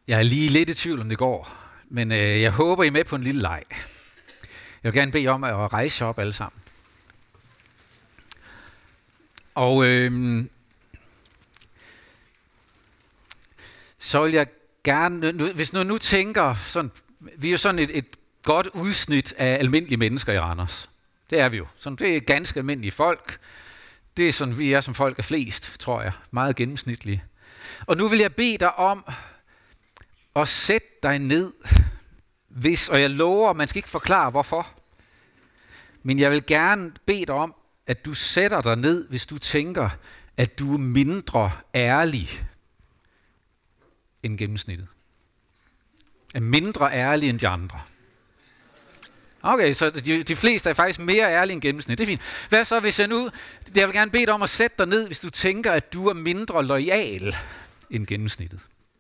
Jeg er lige lidt i tvivl, om det går, men jeg håber, I er med på en lille leg. Jeg vil gerne bede jer om at rejse jer op alle sammen. Og så vil jeg gerne, hvis nu tænker, sådan, vi er jo sådan et godt udsnit af almindelige mennesker i Randers. Det er vi jo. Sådan, det er ganske almindelige folk. Det er sådan, vi er som folk er flest, tror jeg. Meget gennemsnitlige. Og nu vil jeg bede dig om at sætte dig ned, og jeg lover, man skal ikke forklare hvorfor, men jeg vil gerne bede dig om, at du sætter dig ned, hvis du tænker, at du er mindre ærlig end gennemsnittet. Er mindre ærlig end de andre. Okay, så de fleste er faktisk mere ærlige end gennemsnittet. Det er fint. Hvad så, hvis jeg vil gerne bede dig om at sætte dig ned, hvis du tænker, at du er mindre loyal end gennemsnittet.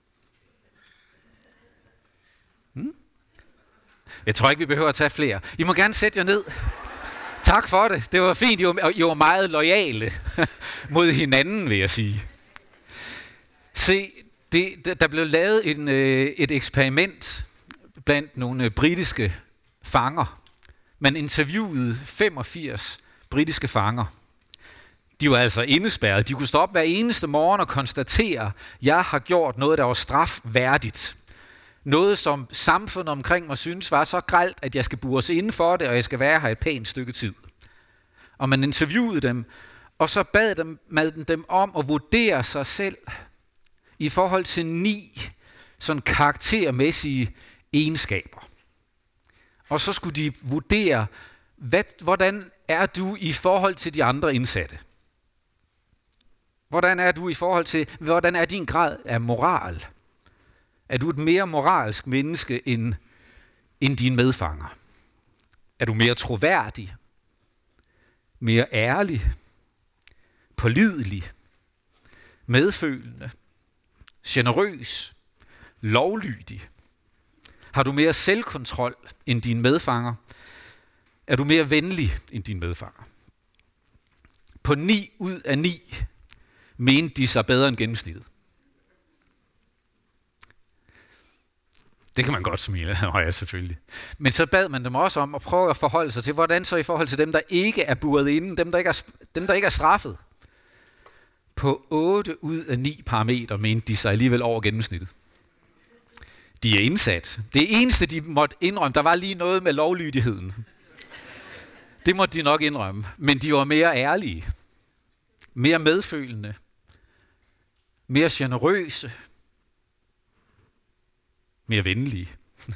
Jeg tror ikke, vi behøver at tage flere. I må gerne sætte jer ned. Tak for det. Det var fint. I var meget loyale mod hinanden, vil jeg sige. Se, der blev lavet et eksperiment blandt nogle britiske fanger. Man interviewede 85 britiske fanger. De var altså indespærret. De kunne stå op hver eneste morgen og konstatere, at jeg har gjort noget, der var strafværdigt. Noget, som samfundet omkring mig synes var så grelt, at jeg skal bures inden for det, og jeg skal være her et pænt stykke tid. Og man interviewede dem, og så bad man dem om at vurdere sig selv i forhold til 9 sådan karaktermæssige egenskaber. Og så skulle de vurdere, hvordan er du i forhold til de andre indsatte? Hvordan er du i forhold til, hvordan er din grad af moral? Er du et mere moralsk menneske end dine medfanger? Er du mere troværdig? Mere ærlig? Pålidelig? Medfølende? Generøs? Lovlydig? Har du mere selvkontrol end dine medfanger? Er du mere venlig end dine medfanger? På 9 ud af 9 mente de sig bedre end gennemsnittet. Det kan man godt smile, ja selvfølgelig. Men så bad man dem også om at prøve at forholde sig til, hvordan så i forhold til dem, der ikke er buret inde, dem, der ikke er straffet. På 8 ud af 9 parametre mente de sig alligevel over gennemsnittet. De er indsat. Det eneste, de måtte indrømme, der var lige noget med lovlydigheden. Det måtte de nok indrømme. Men de var mere ærlige, mere medfølende, mere generøse, mere venlige.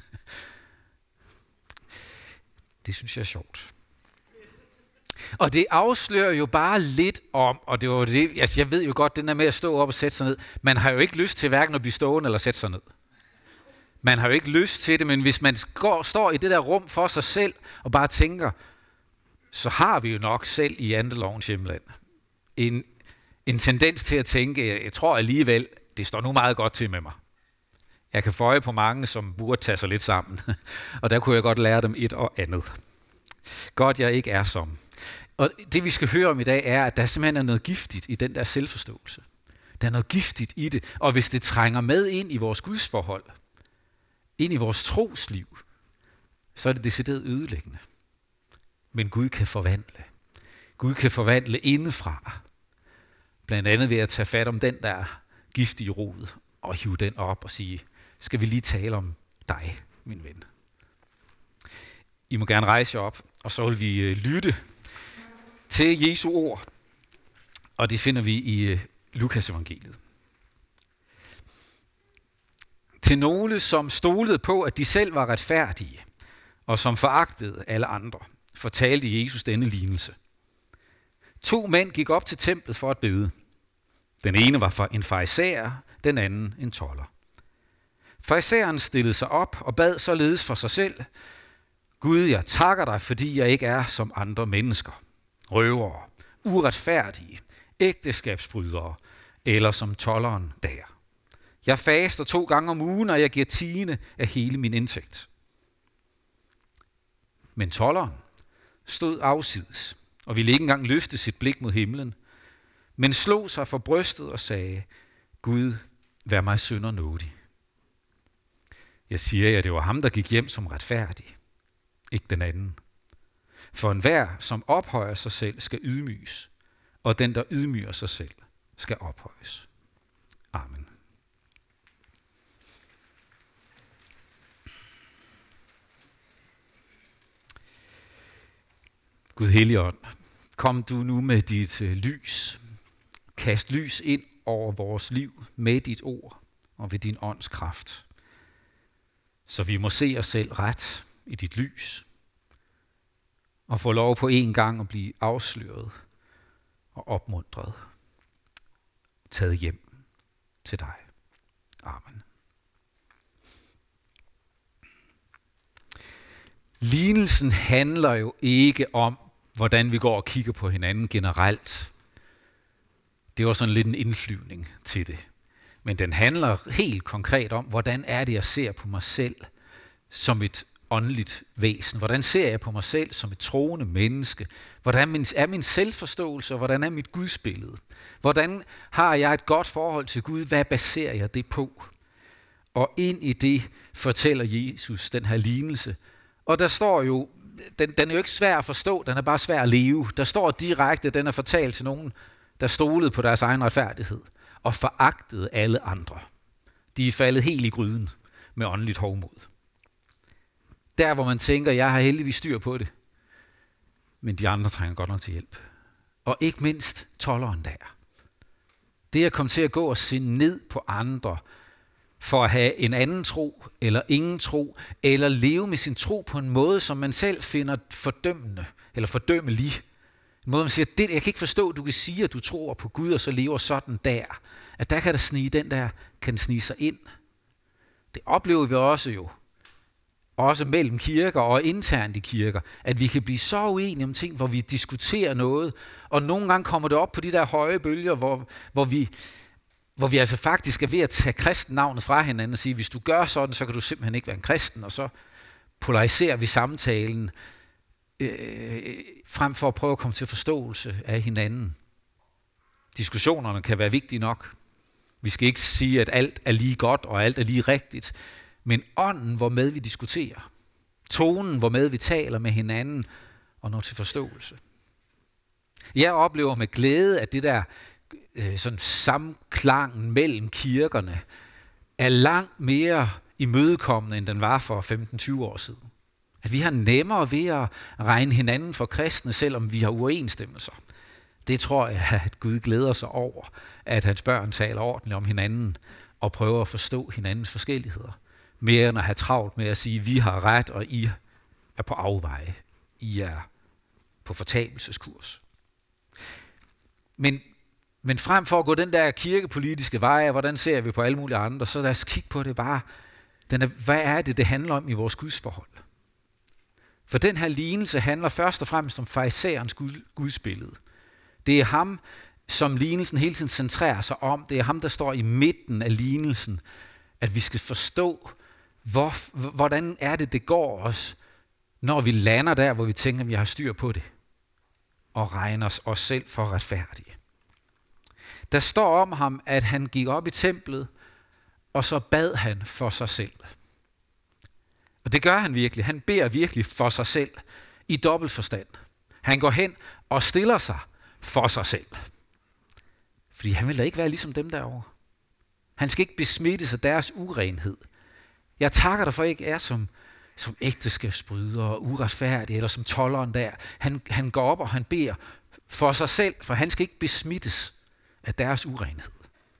Det synes jeg er sjovt. Og det afslører jo bare lidt om, og det var det, altså jeg ved jo godt, den der med at stå op og sætte sig ned, man har jo ikke lyst til hverken at blive stående eller sætte sig ned. Man har jo ikke lyst til det, men hvis man står i det der rum for sig selv og bare tænker, så har vi jo nok selv i Jantelovens hjemland en tendens til at tænke, jeg tror alligevel, det står nu meget godt til med mig. Jeg kan få øje på mange, som burde tage sig lidt sammen, og der kunne jeg godt lære dem et og andet. Godt, jeg ikke er som. Og det vi skal høre om i dag er, at der simpelthen er noget giftigt i den der selvforståelse. Der er noget giftigt i det, og hvis det trænger med ind i vores gudsforhold, ind i vores trosliv, så er det decideret ødelæggende. Men Gud kan forvandle. Gud kan forvandle indefra. Blandt andet ved at tage fat om den der giftige rod og hive den op og sige, skal vi lige tale om dig, min ven. I må gerne rejse jer op, og så vil vi lytte til Jesu ord. Og det finder vi i Lukas evangeliet. Til nogle, som stolede på, at de selv var retfærdige, og som foragtede alle andre, fortalte Jesus denne lignelse. 2 mænd gik op til templet for at bede. Den ene var en farisæer, den anden en tolder. Farisæeren stillede sig op og bad således for sig selv. Gud, jeg takker dig, fordi jeg ikke er som andre mennesker. Røvere, uretfærdige, ægteskabsbrydere eller som tolderen der. Jeg faster 2 gange om ugen, og jeg giver 10% af hele min indtægt. Men tolderen stod afsides og ville ikke engang løfte sit blik mod himlen, men slog sig for brystet og sagde, Gud, vær mig synder nådig. Jeg siger jer, det var ham, der gik hjem som retfærdig, ikke den anden. For enhver, som ophøjer sig selv, skal ydmyges, og den, der ydmyger sig selv, skal ophøjes. Amen. Gud Helligånd, kom du nu med dit lys. Kast lys ind over vores liv med dit ord og ved din ånds kraft. Så vi må se os selv ret i dit lys og få lov på en gang at blive afsløret og opmuntret. Taget hjem til dig. Amen. Lignelsen handler jo ikke om, hvordan vi går og kigger på hinanden generelt. Det var sådan lidt en indflyvning til det. Men den handler helt konkret om, hvordan er det, jeg ser på mig selv som et åndeligt væsen. Hvordan ser jeg på mig selv som et troende menneske? Hvordan er min selvforståelse, og hvordan er mit gudsbillede? Hvordan har jeg et godt forhold til Gud? Hvad baserer jeg det på? Og ind i det fortæller Jesus den her lignelse. Og der står jo, den er jo ikke svær at forstå, den er bare svær at leve. Der står direkte, den er fortalt til nogen, der stolede på deres egen retfærdighed og foragtede alle andre. De er faldet helt i gryden med åndeligt hovmod. Der, hvor man tænker, jeg har heldigvis styr på det, men de andre trænger godt nok til hjælp. Og ikke mindst tolderen der. Det at komme til at gå og se ned på andre, for at have en anden tro, eller ingen tro, eller leve med sin tro på en måde, som man selv finder fordømmende, eller fordømmelig. En måde, man siger, jeg kan ikke forstå, at du kan sige, at du tror på Gud, og så lever sådan der. At der kan der snige, den der kan snige sig ind. Det oplever vi også mellem kirker og internt i kirker, at vi kan blive så uenige om ting, hvor vi diskuterer noget, og nogle gange kommer det op på de der høje bølger, hvor vi altså faktisk er ved at tage kristennavnet fra hinanden og sige, hvis du gør sådan, så kan du simpelthen ikke være en kristen, og så polariserer vi samtalen, frem for at prøve at komme til forståelse af hinanden. Diskussionerne kan være vigtige nok. Vi skal ikke sige, at alt er lige godt, og alt er lige rigtigt, men ånden, hvormed vi diskuterer, tonen, hvormed vi taler med hinanden, og når til forståelse. Jeg oplever med glæde, at det der sådan samklangen mellem kirkerne er langt mere imødekommende, end den var for 15-20 år siden. At vi har nemmere ved at regne hinanden for kristne, selvom vi har uoverensstemmelser. Det tror jeg, at Gud glæder sig over, at hans børn taler ordentligt om hinanden og prøver at forstå hinandens forskelligheder. Mere end at have travlt med at sige, at vi har ret, og I er på afveje. I er på fortabelseskurs. Men frem for at gå den der kirkepolitiske vej, hvordan ser vi på alle mulige andre, så lad os kigge på det bare. Hvad er det handler om i vores gudsforhold? For den her lignelse handler først og fremmest om farisæerens gudsbillede. Det er ham, som lignelsen hele tiden centrerer sig om. Det er ham, der står i midten af lignelsen, at vi skal forstå, hvordan er det går os, når vi lander der, hvor vi tænker, at vi har styr på det, og regner os selv for retfærdige. Der står om ham, at han gik op i templet, og så bad han for sig selv. Og det gør han virkelig. Han beder virkelig for sig selv i dobbelt forstand. Han går hen og stiller sig for sig selv. Fordi han vil da ikke være ligesom dem derovre. Han skal ikke besmittes af deres urenhed. Jeg takker dig for, at jeg ikke er som ægteskabsbryder og uretfærdig, eller som tolderen der. Han går op, og han beder for sig selv, for han skal ikke besmittes af deres urenhed.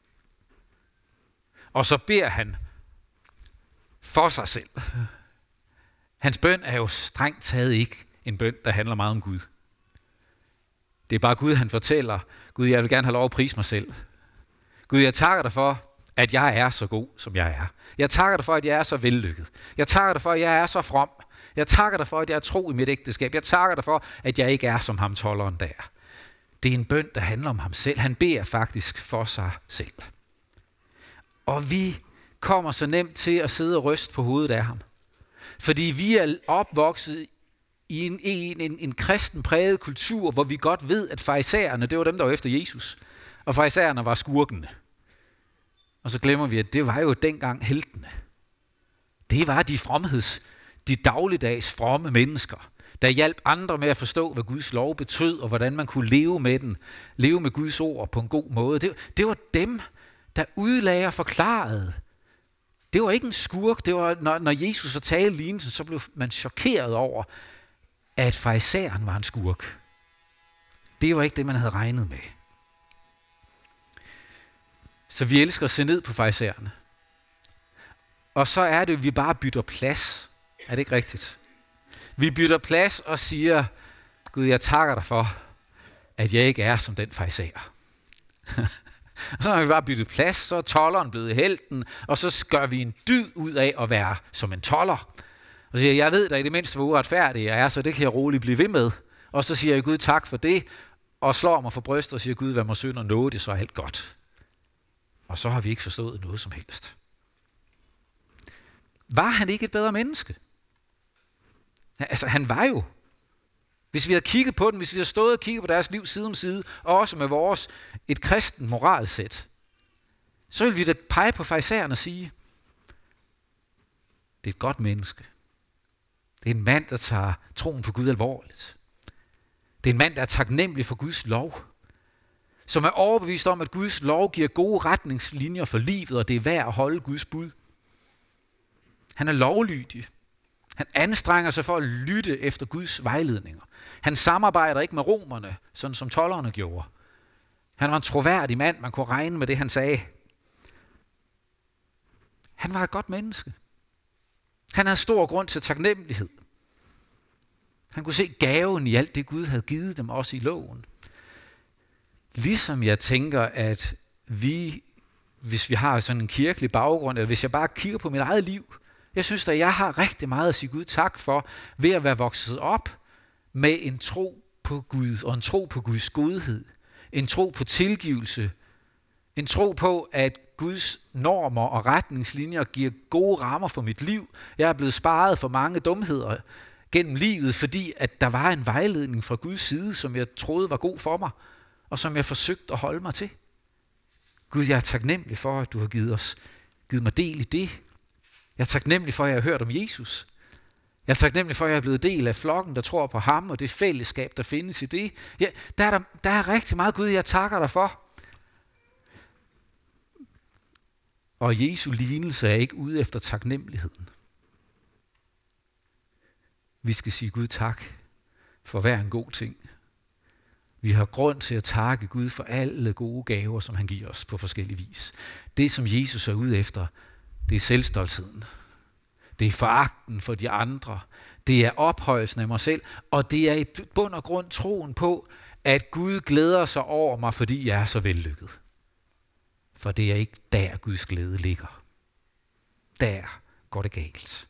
Og så beder han for sig selv. Hans bøn er jo strengt taget ikke en bøn, der handler meget om Gud. Det er bare Gud, han fortæller, Gud, jeg vil gerne have lov at prise mig selv. Gud, jeg takker dig for, at jeg er så god, som jeg er. Jeg takker dig for, at jeg er så vellykket. Jeg takker dig for, at jeg er så from. Jeg takker dig for, at jeg er tro i mit ægteskab. Jeg takker dig for, at jeg ikke er som ham tolderen der. Det er en bøn, der handler om ham selv. Han beder faktisk for sig selv. Og vi kommer så nemt til at sidde og ryste på hovedet af ham. Fordi vi er opvokset i en kristen præget kultur, hvor vi godt ved, at farisæerne, det var dem, der var efter Jesus. Og farisæerne var skurkene. Og så glemmer vi, at det var jo dengang heltene. det var de dagligdags fromme mennesker, der hjalp andre med at forstå, hvad Guds lov betød, og hvordan man kunne leve med Guds ord på en god måde. Det var dem, der udlagde og forklarede. Det var ikke en skurk. Det var, når Jesus så talte lignelsen, så blev man chokeret over, at farisæeren var en skurk. Det var ikke det, man havde regnet med. Så vi elsker at se ned på farisæerne. Og så er det, at vi bare bytter plads. Er det ikke rigtigt? Vi bytter plads og siger, Gud, jeg takker dig for, at jeg ikke er som den farisæer. Og så har vi bare byttet plads, så er tolderen blevet helten, og så gør vi en dyd ud af at være som en tolder. Og siger, jeg ved da i det mindste, hvor uretfærdig jeg er, så det kan jeg roligt blive ved med. Og så siger jeg, Gud, tak for det, og slår mig for brystet og siger, Gud, hvad må synder nå det, så er alt godt. Og så har vi ikke forstået noget som helst. Var han ikke et bedre menneske? Altså, han var jo. Hvis vi havde kigget på den, hvis vi havde stået og kigget på deres liv side om side, og også med vores et kristen moralsæt, så ville vi da pege på farisæerne og sige, det er et godt menneske. Det er en mand, der tager troen på Gud alvorligt. Det er en mand, der er taknemmelig for Guds lov, som er overbevist om, at Guds lov giver gode retningslinjer for livet, og det er værd at holde Guds bud. Han er lovlydig. Han anstrenger sig for at lytte efter Guds vejledninger. Han samarbejder ikke med romerne, sådan som tolderne gjorde. Han var en troværdig mand, man kunne regne med det, han sagde. Han var et godt menneske. Han havde stor grund til taknemmelighed. Han kunne se gaven i alt det, Gud havde givet dem, også i loven. Ligesom jeg tænker, at hvis vi har sådan en kirkelig baggrund, eller hvis jeg bare kigger på mit eget liv, jeg synes at jeg har rigtig meget at sige Gud tak for, ved at være vokset op med en tro på Gud, og en tro på Guds godhed, en tro på tilgivelse, en tro på, at Guds normer og retningslinjer giver gode rammer for mit liv. Jeg er blevet sparet for mange dumheder gennem livet, fordi at der var en vejledning fra Guds side, som jeg troede var god for mig, og som jeg forsøgte at holde mig til. Gud, jeg er taknemmelig for, at du har givet mig del i det. Jeg er taknemmelig for, at jeg har hørt om Jesus. Jeg er taknemmelig for, at jeg er blevet del af flokken, der tror på ham, og det fællesskab, der findes i det. Ja, der er rigtig meget, Gud, jeg takker dig for. Og Jesu lignelse er ikke ude efter taknemmeligheden. Vi skal sige Gud tak for hver en god ting. Vi har grund til at takke Gud for alle gode gaver, som han giver os på forskellige vis. Det, som Jesus er ude efter, det er selvstoltheden. Det er foragten for de andre. Det er ophøjelsen af mig selv. Og det er i bund og grund troen på, at Gud glæder sig over mig, fordi jeg er så vellykket. For det er ikke der, Guds glæde ligger. Der går det galt.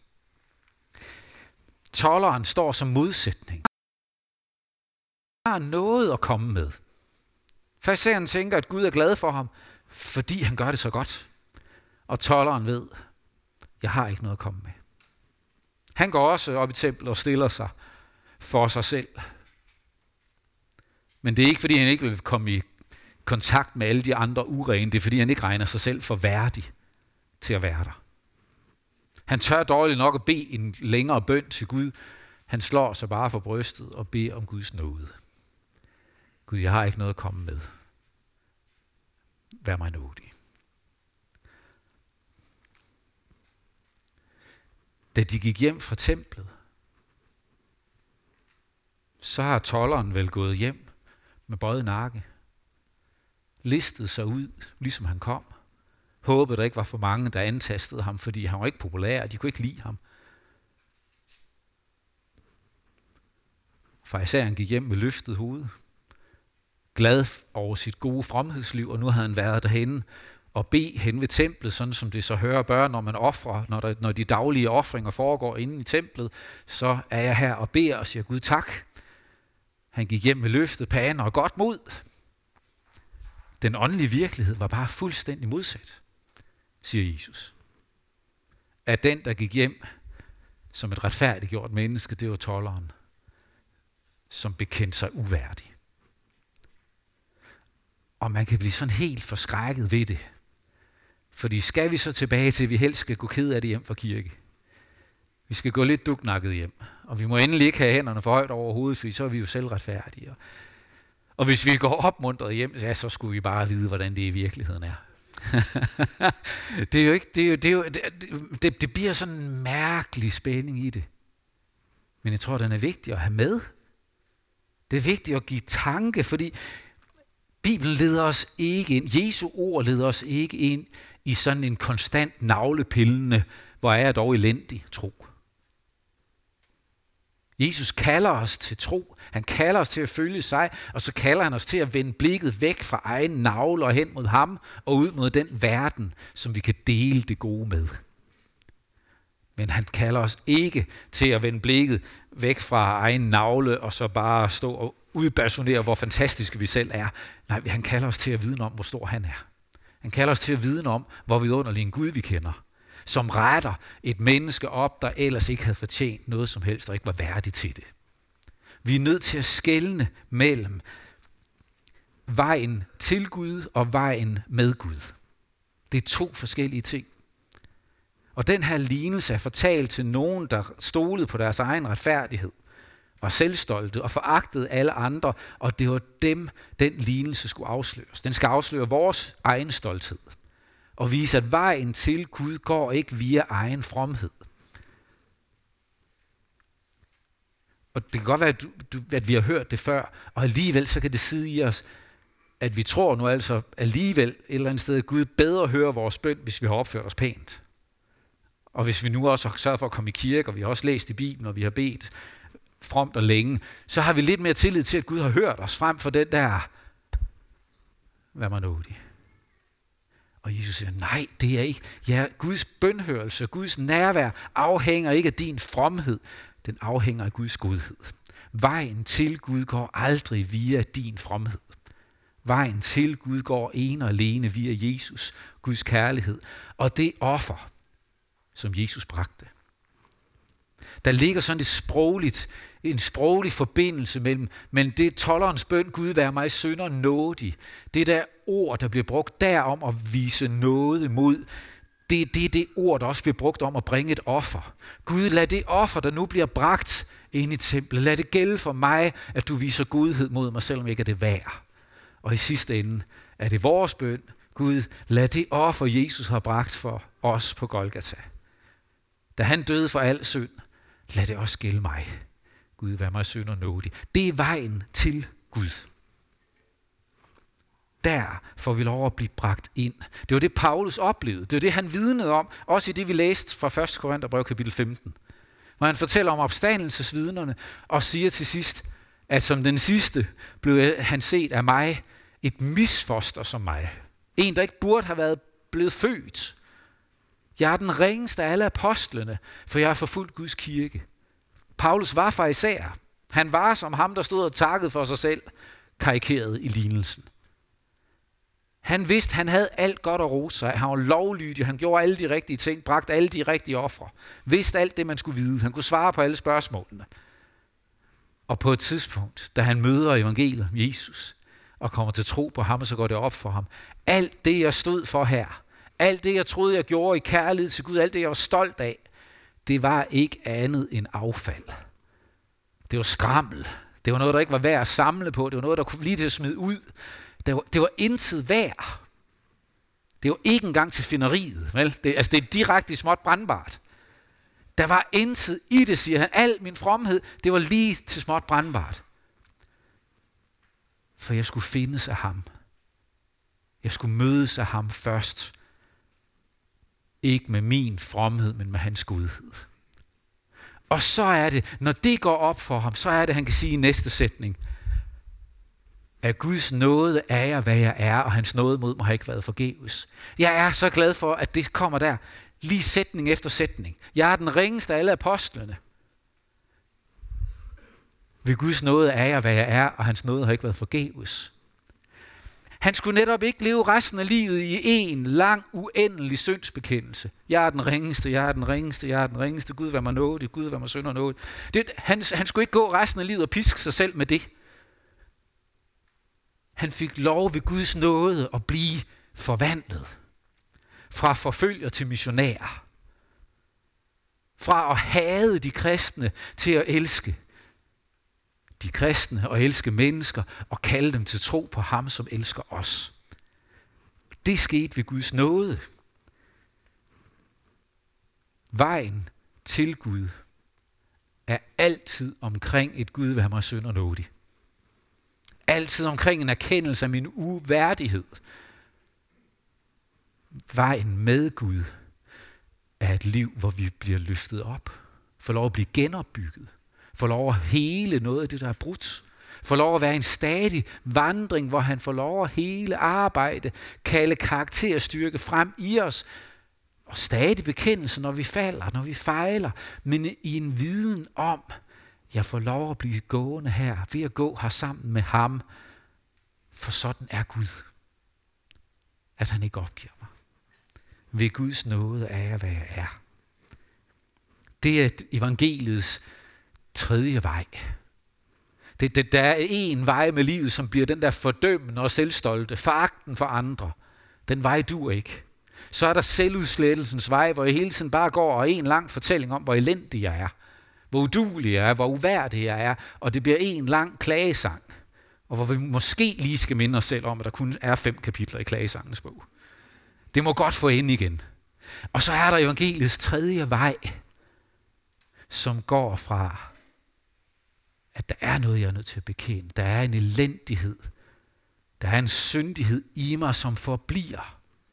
Tolderen står som modsætning. Han har noget at komme med. Farisæeren tænker, at Gud er glad for ham, fordi han gør det så godt. Og tolderen ved, jeg har ikke noget at komme med. Han går også op i templet og stiller sig for sig selv. Men det er ikke, fordi han ikke vil komme i kontakt med alle de andre urene. Det er, fordi han ikke regner sig selv for værdig til at være der. Han tør dårligt nok at bede en længere bøn til Gud. Han slår sig bare for brystet og beder om Guds nåde. Gud, jeg har ikke noget at komme med. Vær mig nådig. Da de gik hjem fra templet, så har tolderen vel gået hjem med bøjet nakke, listet sig ud, ligesom han kom, håbede der ikke var for mange, der antastede ham, fordi han var ikke populær, og de kunne ikke lide ham. Farisæeren gik hjem med løftet hoved, glad over sit gode fromhedsliv, og nu havde han været derhenne og bede hen ved templet, sådan som det så hører børn, når man offrer, når de daglige ofringer foregår inde i templet, så er jeg her og beder og siger Gud tak. Han gik hjem med løftet pande og godt mod. Den åndelige virkelighed var bare fuldstændig modsat, siger Jesus. At den, der gik hjem som et retfærdiggjort menneske, det var tolderen, som bekendte sig uværdig. Og man kan blive sådan helt forskrækket ved det. Fordi skal vi så tilbage til, at vi helst skal gå ked af det hjem fra kirke? Vi skal gå lidt duknakket hjem, og vi må endelig ikke have hænderne for højt over hovedet, for så er vi jo selvretfærdige. Og hvis vi går opmuntret hjem, ja, så skulle vi bare vide, hvordan det i virkeligheden er. Det bliver sådan en mærkelig spænding i det. Men jeg tror, den er vigtig at have med. Det er vigtigt at give tanke, fordi Bibelen leder os ikke ind, Jesu ord leder os ikke ind i sådan en konstant navlepillende, hvor er jeg dog elendig tro. Jesus kalder os til tro. Han kalder os til at følge sig, og så kalder han os til at vende blikket væk fra egen navle og hen mod ham, og ud mod den verden, som vi kan dele det gode med. Men han kalder os ikke til at vende blikket væk fra egen navle, og så bare stå og udbasunere, hvor fantastiske vi selv er. Nej, han kalder os til at vide om, hvor stor han er. Han kalder os til at vide om, hvor vidunderlig en Gud vi kender, som retter et menneske op, der ellers ikke havde fortjent noget som helst, og ikke var værdig til det. Vi er nødt til at skelne mellem vejen til Gud og vejen med Gud. Det er to forskellige ting. Og den her lignelse er fortalt til nogen, der stolede på deres egen retfærdighed, var selvstolte og foragtede alle andre, og det var dem, den lignelse skulle afsløres. Den skal afsløre vores egen stolthed og vise, at vejen til Gud går ikke via egen fromhed. Og det kan godt være, at vi har hørt det før, og alligevel så kan det sidde i os, at vi tror nu altså alligevel et eller andet sted, at Gud bedre hører vores bøn, hvis vi har opført os pænt. Og hvis vi nu også har sørget for at komme i kirke, og vi har også læst i Bibelen, og vi har bedt fromt og længe, så har vi lidt mere tillid til, at Gud har hørt os frem for den der, hvad man nådig. Og Jesus siger, nej, det er ikke. Ja, Guds bønhørelse, Guds nærvær afhænger ikke af din fromhed. Den afhænger af Guds godhed. Vejen til Gud går aldrig via din fromhed. Vejen til Gud går ene og alene via Jesus, Guds kærlighed, og det offer, som Jesus bragte. Der ligger sådan en sproglig forbindelse mellem det tollerens bøn, Gud vær mig synder nådig. Det der ord, der bliver brugt derom at vise nåde mod, det er det ord, der også bliver brugt om at bringe et offer. Gud, lad det offer, der nu bliver bragt ind i templet, lad det gælde for mig, at du viser godhed mod mig, selvom ikke er det værd. Og i sidste ende er det vores bøn, Gud, lad det offer, Jesus har bragt for os på Golgata. Da han døde for al synd, lad det også gælde mig. Gud, vær mig synder nådig. Det er vejen til Gud. Der får vi lov at blive bragt ind. Det var det, Paulus oplevede. Det var det, han vidnede om, også i det, vi læste fra 1. Korintherbrev kapitel 15. Hvor han fortæller om opstandelsesvidnerne og siger til sidst, at som den sidste blev han set af mig et misfoster som mig. En, der ikke burde have været blevet født. Jeg er den ringeste af alle apostlene, for jeg har forfulgt Guds kirke. Paulus var farisæer. Han var som ham, der stod og takkede for sig selv, karikeret i lignelsen. Han vidste, han havde alt godt at rose sig. Han var lovlydig, han gjorde alle de rigtige ting, bragte alle de rigtige ofre. Vidste alt det, man skulle vide. Han kunne svare på alle spørgsmålene. Og på et tidspunkt, da han møder evangeliet om Jesus, og kommer til tro på ham, og så går det op for ham. Alt det, jeg stod for her, alt det, jeg troede, jeg gjorde i kærlighed til Gud, alt det, jeg var stolt af, det var ikke andet end affald. Det var skrammel. Det var noget, der ikke var værd at samle på. Det var noget, der kunne blive til at smide ud. Det var intet værd. Det var ikke engang til finneriet. Vel? Det er direkte småt brandbart. Der var intet i det, siger han. Al min fromhed, det var lige til småt brandbart. For jeg skulle findes af ham. Jeg skulle mødes af ham først. Ikke med min fromhed, men med hans godhed. Og så er det, når det går op for ham, så er det, han kan sige i næste sætning, at Guds nåde er jeg, hvad jeg er, og hans nåde mod mig har ikke været forgæves. Jeg er så glad for, at det kommer der, lige sætning efter sætning. Jeg er den ringeste af alle apostlene. Ved Guds nåde er jeg, hvad jeg er, og hans nåde har ikke været forgæves. Han skulle netop ikke leve resten af livet i en lang, uendelig syndsbekendelse. Jeg er den ringeste, jeg er den ringeste, jeg er den ringeste. Gud, vær mig nådig, Gud, vær mig synder nådig. Han skulle ikke gå resten af livet og piske sig selv med det. Han fik lov ved Guds nåde at blive forvandlet. Fra forfølger til missionær. Fra at hade de kristne til at elske de kristne og elske mennesker og kalde dem til tro på ham, som elsker os. Det skete ved Guds nåde. Vejen til Gud er altid omkring et Gud, hvad mig synd og nådig. Altid omkring en erkendelse af min uværdighed. Vejen med Gud er et liv, hvor vi bliver løftet op. Får lov at blive genopbygget. Får lov at hele noget af det, der er brudt. Får lov at være en stadig vandring, hvor han får lov at hele arbejde, kalde karakterstyrke frem i os, og stadig bekendelse, når vi falder, når vi fejler, men i en viden om, jeg får lov at blive gående her, ved at gå her sammen med ham, for sådan er Gud, at han ikke opgiver mig. Ved Guds nåde er jeg, hvad jeg er. Det er evangeliets tredje vej. Der er en vej med livet, som bliver den der fordømmende og selvstolte, foragten for andre. Den vej duer ikke. Så er der selvudslettelsens vej, hvor jeg hele tiden bare går og en lang fortælling om, hvor elendig jeg er, hvor uduelig jeg er, hvor uværdig jeg er, og det bliver en lang klagesang, og hvor vi måske lige skal minde os selv om, at der kun er 5 kapitler i klagesangens bog. Det må godt få ende igen. Og så er der evangeliets tredje vej, som går fra, at der er noget, jeg er nødt til at bekende. Der er en elendighed. Der er en syndighed i mig, som forbliver.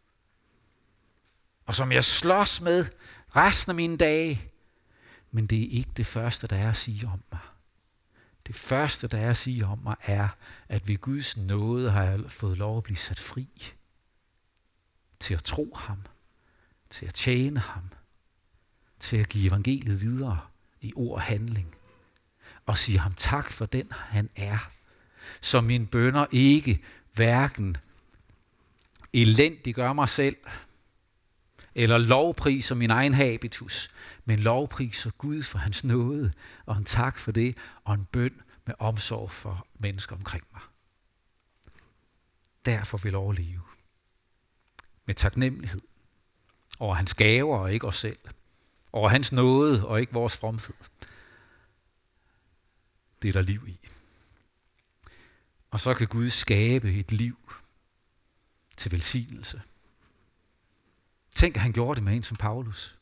Og som jeg slås med resten af mine dage. Men det er ikke det første, der er at sige om mig. Det første, der er at sige om mig, er, at ved Guds nåde har jeg fået lov at blive sat fri. Til at tro ham. Til at tjene ham. Til at give evangeliet videre i ord og handling. Og sige ham tak for den, han er. Så mine bønner ikke hverken elendiggør mig selv, eller lovpriser min egen habitus, men lovpriser Gud for hans nåde, og en tak for det, og en bøn med omsorg for mennesker omkring mig. Derfor vil jeg overleve. Med taknemmelighed over hans gaver og ikke os selv. Over hans nåde og ikke vores fromhed. Det er der liv i. Og så kan Gud skabe et liv til velsignelse. Tænk, at han gjorde det med en som Paulus.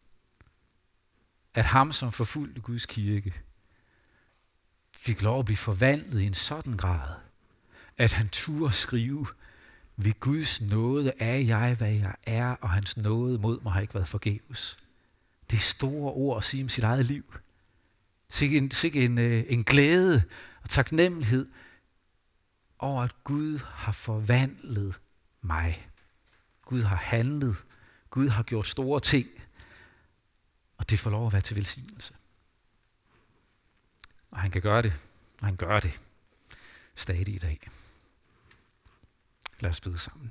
At ham, som forfulgte Guds kirke, fik lov at blive forvandlet i en sådan grad, at han turde skrive, ved Guds nåde er jeg, hvad jeg er, og hans nåde mod mig har ikke været forgæves. Det er store ord at sige om sit eget liv. Sikke en glæde og taknemmelighed over, at Gud har forvandlet mig. Gud har handlet. Gud har gjort store ting. Og det får lov at være til velsignelse. Og han kan gøre det. Og han gør det stadig i dag. Lad os bede sammen.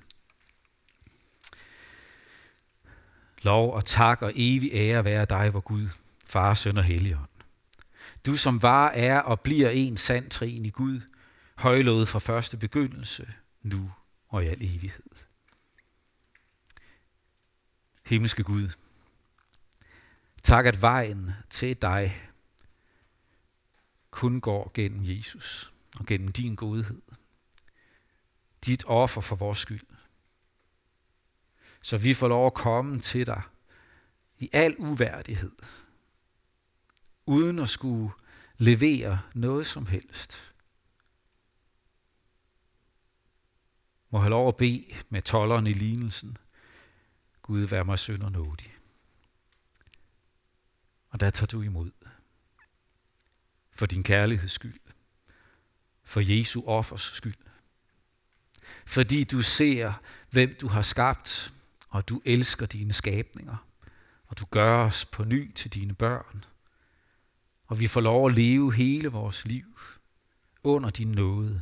Lov og tak og evig ære være dig, vor Gud, Far, Søn og Helligånd. Du som var, er og bliver en sand treenig Gud, højlovet fra første begyndelse, nu og i al evighed. Himmelske Gud, tak at vejen til dig kun går gennem Jesus og gennem din godhed. Dit offer for vores skyld. Så vi får lov at komme til dig i al uværdighed, uden at skulle levere noget som helst. Må have lov at bede med tolderen i lignelsen. Gud, vær mig synd og nådig. Og der tager du imod. For din kærligheds skyld. For Jesu offers skyld. Fordi du ser, hvem du har skabt, og du elsker dine skabninger. Og du gør os på ny til dine børn. Og vi får lov at leve hele vores liv under din nåde.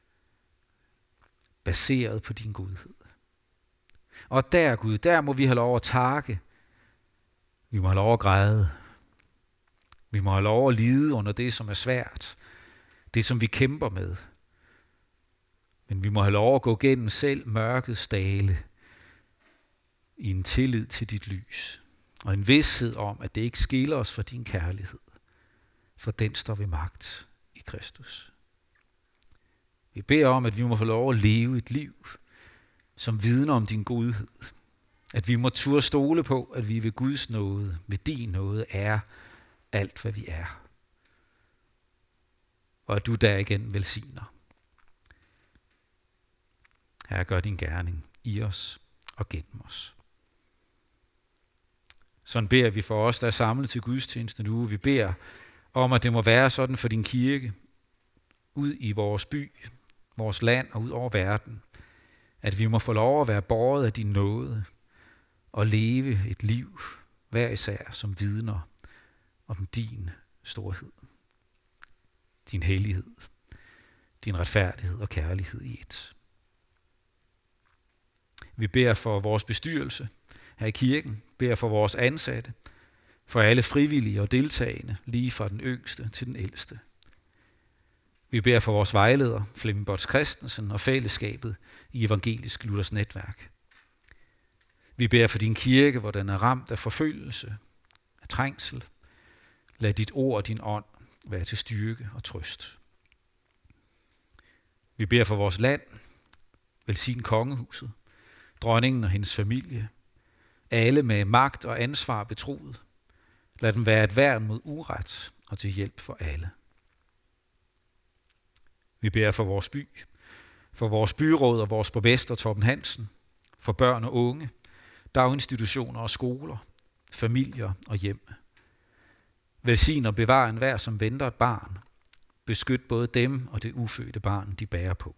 Baseret på din godhed. Og der, Gud, der må vi have lov at takke. Vi må have lov at græde. Vi må have lov at lide under det, som er svært. Det, som vi kæmper med. Men vi må have lov at gå gennem selv mørkets dale i en tillid til dit lys. og en vished om, at det ikke skiller os fra din kærlighed, for den står ved magt i Kristus. Vi beder om, at vi må få lov at leve et liv, som vidner om din godhed. At vi må turde stole på, at vi ved Guds nåde, ved din nåde, er alt, hvad vi er. Og at du der igen velsigner. Herre, gør din gerning i os og gennem os. Sådan beder vi for os, der er samlet til gudstjeneste nu. Vi beder om, at det må være sådan for din kirke, ud i vores by, vores land og ud over verden, at vi må få lov at være båret af din nåde og leve et liv, hver især, som vidner om din storhed, din hellighed, din retfærdighed og kærlighed i et. Vi beder for vores bestyrelse her i kirken, beder for vores ansatte, for alle frivillige og deltagende, lige fra den yngste til den ældste. Vi beder for vores vejleder, Flemming Bots Christensen, og fællesskabet i Evangelisk Luthers Netværk. Vi beder for din kirke, hvor den er ramt af forfølgelse, af trængsel. Lad dit ord og din ånd være til styrke og trøst. Vi beder for vores land, velsign kongehuset, dronningen og hendes familie, alle med magt og ansvar betroet. Lad dem være et værn mod uret og til hjælp for alle. Vi beder for vores by, for vores byråd og vores borgmester Torben Hansen, for børn og unge, daginstitutioner og skoler, familier og hjem. Velsign og bevar enhver, som venter et barn. Beskyt både dem og det ufødte barn, de bærer på.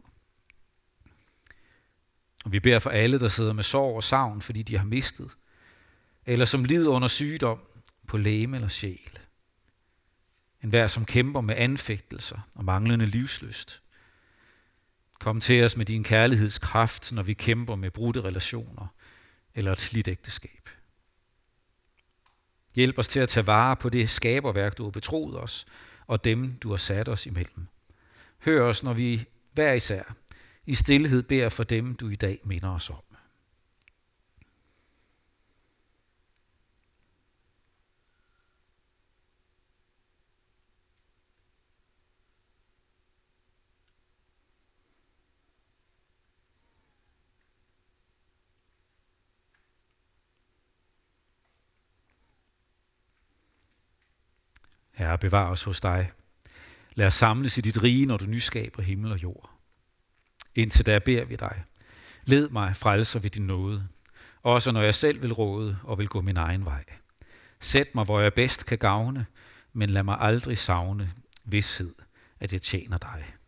Og vi beder for alle, der sidder med sorg og savn, fordi de har mistet, eller som lider under sygdom på legeme eller sjæl. Enhver, som kæmper med anfægtelser og manglende livslyst. Kom til os med din kærlighedskraft, når vi kæmper med brudte relationer eller et slidt ægteskab. Hjælp os til at tage vare på det skaberværk, du har betroet os, og dem, du har sat os imellem. Hør os, når vi hver især i stilhed beder for dem, du i dag minder os om. Herre, bevar os hos dig. Lad os samles i dit rige, når du nyskaber himmel og jord. Indtil da beder vi dig. Led mig, frelser ved din nåde, også når jeg selv vil råde og vil gå min egen vej. Sæt mig, hvor jeg bedst kan gavne, men lad mig aldrig savne vished, at jeg tjener dig.